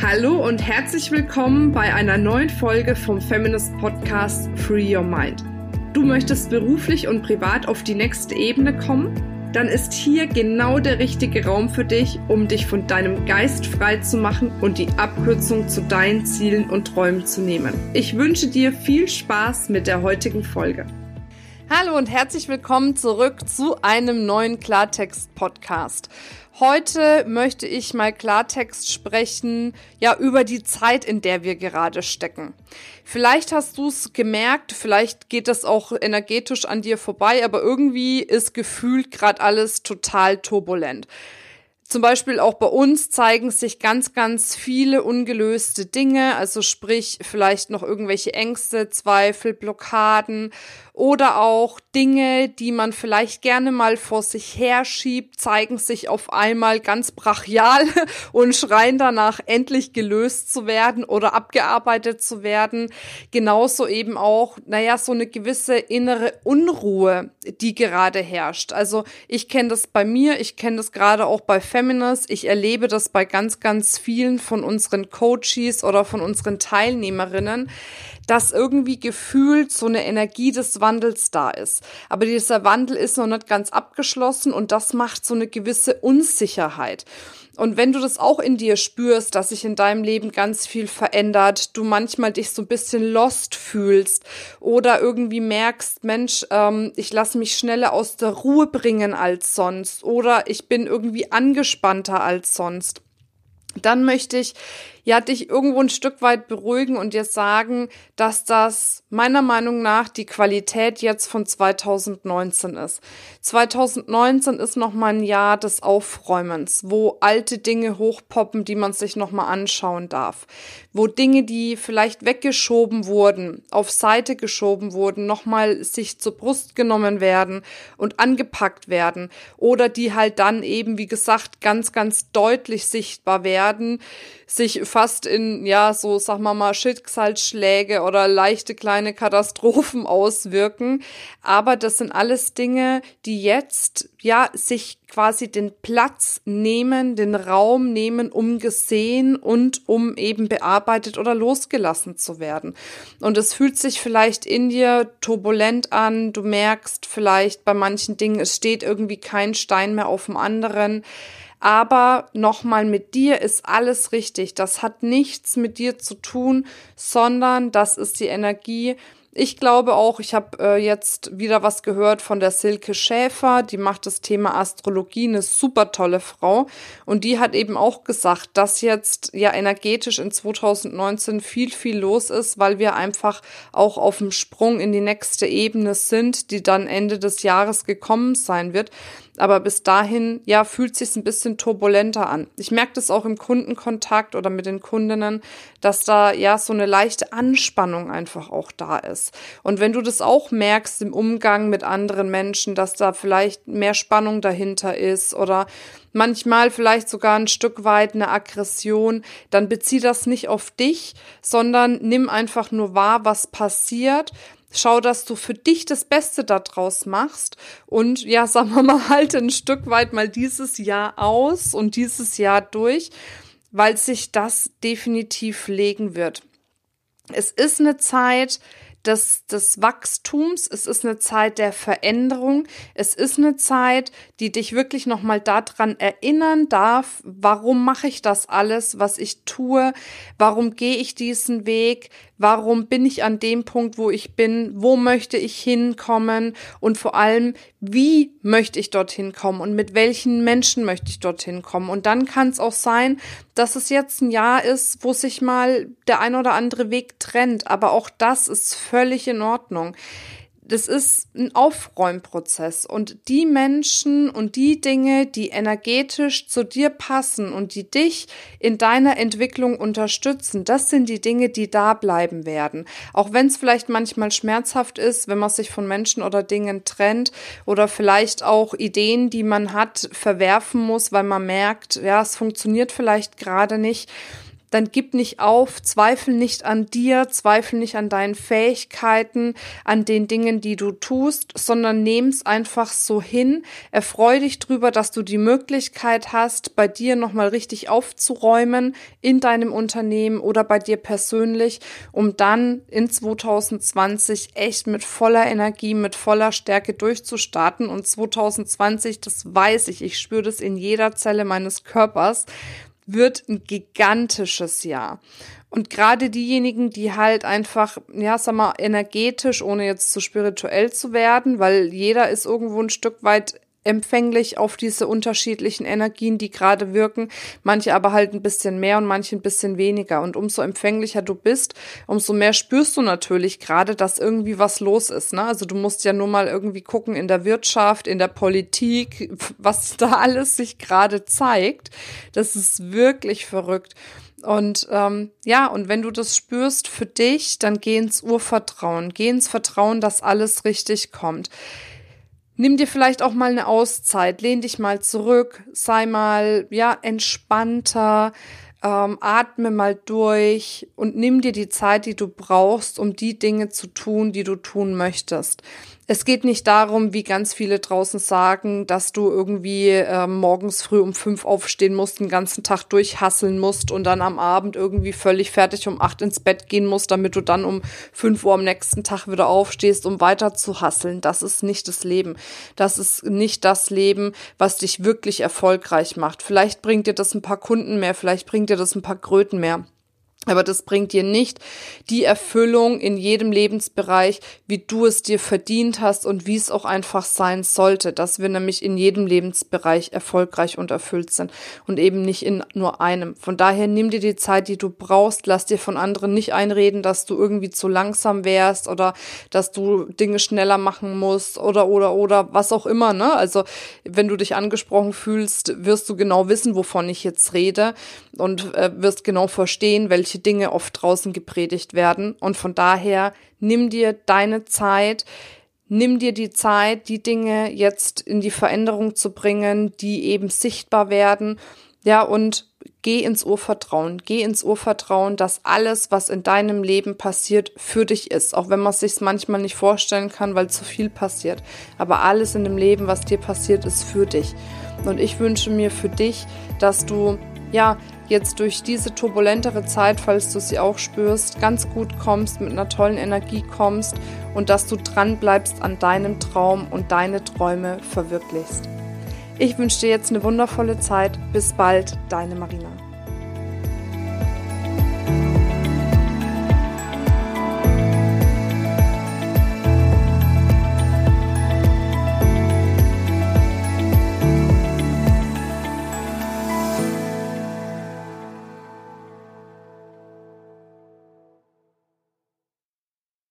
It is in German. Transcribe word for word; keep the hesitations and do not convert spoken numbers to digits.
Hallo und herzlich willkommen bei einer neuen Folge vom Feminist Podcast Free Your Mind. Du möchtest beruflich und privat auf die nächste Ebene kommen? Dann ist hier genau der richtige Raum für dich, um dich von deinem Geist frei zu machen und die Abkürzung zu deinen Zielen und Träumen zu nehmen. Ich wünsche dir viel Spaß mit der heutigen Folge. Hallo und herzlich willkommen zurück zu einem neuen Klartext-Podcast. Heute möchte ich mal Klartext sprechen, ja, über die Zeit, in der wir gerade stecken. Vielleicht hast du es gemerkt, vielleicht geht das auch energetisch an dir vorbei, aber irgendwie ist gefühlt gerade alles total turbulent. Zum Beispiel auch bei uns zeigen sich ganz, ganz viele ungelöste Dinge, also sprich vielleicht noch irgendwelche Ängste, Zweifel, Blockaden oder auch Dinge, die man vielleicht gerne mal vor sich herschiebt, zeigen sich auf einmal ganz brachial und schreien danach, endlich gelöst zu werden oder abgearbeitet zu werden. Genauso eben auch, naja, so eine gewisse innere Unruhe, die gerade herrscht. Also ich kenne das bei mir, ich kenne das gerade auch bei Feminist. Ich erlebe das bei ganz, ganz vielen von unseren Coaches oder von unseren Teilnehmerinnen, dass irgendwie gefühlt so eine Energie des Wandels da ist. Aber dieser Wandel ist noch nicht ganz abgeschlossen und das macht so eine gewisse Unsicherheit. Und wenn du das auch in dir spürst, dass sich in deinem Leben ganz viel verändert, du manchmal dich so ein bisschen lost fühlst oder irgendwie merkst, Mensch, ähm, ich lasse mich schneller aus der Ruhe bringen als sonst oder ich bin irgendwie angespannter als sonst, dann möchte ich ja dich irgendwo ein Stück weit beruhigen und dir sagen, dass das meiner Meinung nach die Qualität jetzt von zwanzig neunzehn ist. zwanzig neunzehn ist nochmal ein Jahr des Aufräumens, wo alte Dinge hochpoppen, die man sich nochmal anschauen darf. Wo Dinge, die vielleicht weggeschoben wurden, auf Seite geschoben wurden, nochmal sich zur Brust genommen werden und angepackt werden. Oder die halt dann eben, wie gesagt, ganz, ganz deutlich sichtbar werden, sich fast in, ja, so, sag mal mal, Schicksalsschläge oder leichte kleine Katastrophen auswirken. Aber das sind alles Dinge, die jetzt, ja, sich quasi den Platz nehmen, den Raum nehmen, um gesehen und um eben bearbeitet oder losgelassen zu werden. Und es fühlt sich vielleicht in dir turbulent an. Du merkst vielleicht bei manchen Dingen, es steht irgendwie kein Stein mehr auf dem anderen. Aber nochmal, mit dir ist alles richtig. Das hat nichts mit dir zu tun, sondern das ist die Energie. Ich glaube auch, ich habe äh, jetzt wieder was gehört von der Silke Schäfer, die macht das Thema Astrologie, eine super tolle Frau. Und die hat eben auch gesagt, dass jetzt ja energetisch in zwanzig neunzehn viel, viel los ist, weil wir einfach auch auf dem Sprung in die nächste Ebene sind, die dann Ende des Jahres gekommen sein wird. Aber bis dahin, ja, fühlt sich's ein bisschen turbulenter an. Ich merke das auch im Kundenkontakt oder mit den Kundinnen, dass da ja so eine leichte Anspannung einfach auch da ist. Und wenn du das auch merkst im Umgang mit anderen Menschen, dass da vielleicht mehr Spannung dahinter ist oder manchmal vielleicht sogar ein Stück weit eine Aggression, dann bezieh das nicht auf dich, sondern nimm einfach nur wahr, was passiert. Schau, dass du für dich das Beste daraus machst und ja, sagen wir mal, halte ein Stück weit mal dieses Jahr aus und dieses Jahr durch, weil sich das definitiv legen wird. Es ist eine Zeit des, des Wachstums, es ist eine Zeit der Veränderung, es ist eine Zeit, die dich wirklich nochmal daran erinnern darf, warum mache ich das alles, was ich tue, warum gehe ich diesen Weg, warum bin ich an dem Punkt, wo ich bin, wo möchte ich hinkommen und vor allem, wie möchte ich dorthin kommen und mit welchen Menschen möchte ich dorthin kommen. Und dann kann es auch sein, dass es jetzt ein Jahr ist, wo sich mal der ein oder andere Weg trennt, aber auch das ist völlig in Ordnung. Das ist ein Aufräumprozess und die Menschen und die Dinge, die energetisch zu dir passen und die dich in deiner Entwicklung unterstützen, das sind die Dinge, die da bleiben werden. Auch wenn es vielleicht manchmal schmerzhaft ist, wenn man sich von Menschen oder Dingen trennt oder vielleicht auch Ideen, die man hat, verwerfen muss, weil man merkt, ja, es funktioniert vielleicht gerade nicht. dann gib nicht auf, zweifel nicht an dir, zweifel nicht an deinen Fähigkeiten, an den Dingen, die du tust, sondern nehm's einfach so hin. Erfreu dich drüber, dass du die Möglichkeit hast, bei dir nochmal richtig aufzuräumen in deinem Unternehmen oder bei dir persönlich, um dann in zwanzig zwanzig echt mit voller Energie, mit voller Stärke durchzustarten. Und zwanzig zwanzig, das weiß ich, ich spüre das in jeder Zelle meines Körpers, wird ein gigantisches Jahr. Und gerade diejenigen, die halt einfach, ja, sag mal, energetisch, ohne jetzt zu spirituell zu werden, weil jeder ist irgendwo ein Stück weit empfänglich auf diese unterschiedlichen Energien, die gerade wirken, manche aber halt ein bisschen mehr und manche ein bisschen weniger. Und umso empfänglicher du bist, umso mehr spürst du natürlich gerade, dass irgendwie was los ist, ne? Also du musst ja nur mal irgendwie gucken in der Wirtschaft, in der Politik, was da alles sich gerade zeigt. Das ist wirklich verrückt. Und ähm, ja, und wenn du das spürst für dich, dann geh ins Urvertrauen, geh ins Vertrauen, dass alles richtig kommt. Nimm dir vielleicht auch mal eine Auszeit, lehn dich mal zurück, sei mal, ja, entspannter, ähm, atme mal durch und nimm dir die Zeit, die du brauchst, um die Dinge zu tun, die du tun möchtest. Es geht nicht darum, wie ganz viele draußen sagen, dass du irgendwie äh, morgens früh um fünf aufstehen musst, den ganzen Tag durchhasseln musst und dann am Abend irgendwie völlig fertig um acht ins Bett gehen musst, damit du dann um fünf Uhr am nächsten Tag wieder aufstehst, um weiter zu hasseln. Das ist nicht das Leben. Das ist nicht das Leben, was dich wirklich erfolgreich macht. Vielleicht bringt dir das ein paar Kunden mehr, vielleicht bringt dir das ein paar Kröten mehr. Aber das bringt dir nicht die Erfüllung in jedem Lebensbereich, wie du es dir verdient hast und wie es auch einfach sein sollte, dass wir nämlich in jedem Lebensbereich erfolgreich und erfüllt sind und eben nicht in nur einem. Von daher nimm dir die Zeit, die du brauchst, lass dir von anderen nicht einreden, dass du irgendwie zu langsam wärst oder dass du Dinge schneller machen musst oder oder oder was auch immer, ne? Also wenn du dich angesprochen fühlst, wirst du genau wissen, wovon ich jetzt rede und äh, wirst genau verstehen, welche Dinge oft draußen gepredigt werden. Und von daher nimm dir deine Zeit, nimm dir die Zeit, die Dinge jetzt in die Veränderung zu bringen, die eben sichtbar werden. Ja, und geh ins Urvertrauen. Geh ins Urvertrauen, dass alles, was in deinem Leben passiert, für dich ist. Auch wenn man es sich manchmal nicht vorstellen kann, weil zu viel passiert. Aber alles in dem Leben, was dir passiert, ist für dich. Und ich wünsche mir für dich, dass du, ja, jetzt durch diese turbulentere Zeit, falls du sie auch spürst, ganz gut kommst, mit einer tollen Energie kommst und dass du dran bleibst an deinem Traum und deine Träume verwirklichst. Ich wünsche dir jetzt eine wundervolle Zeit. Bis bald, deine Marina.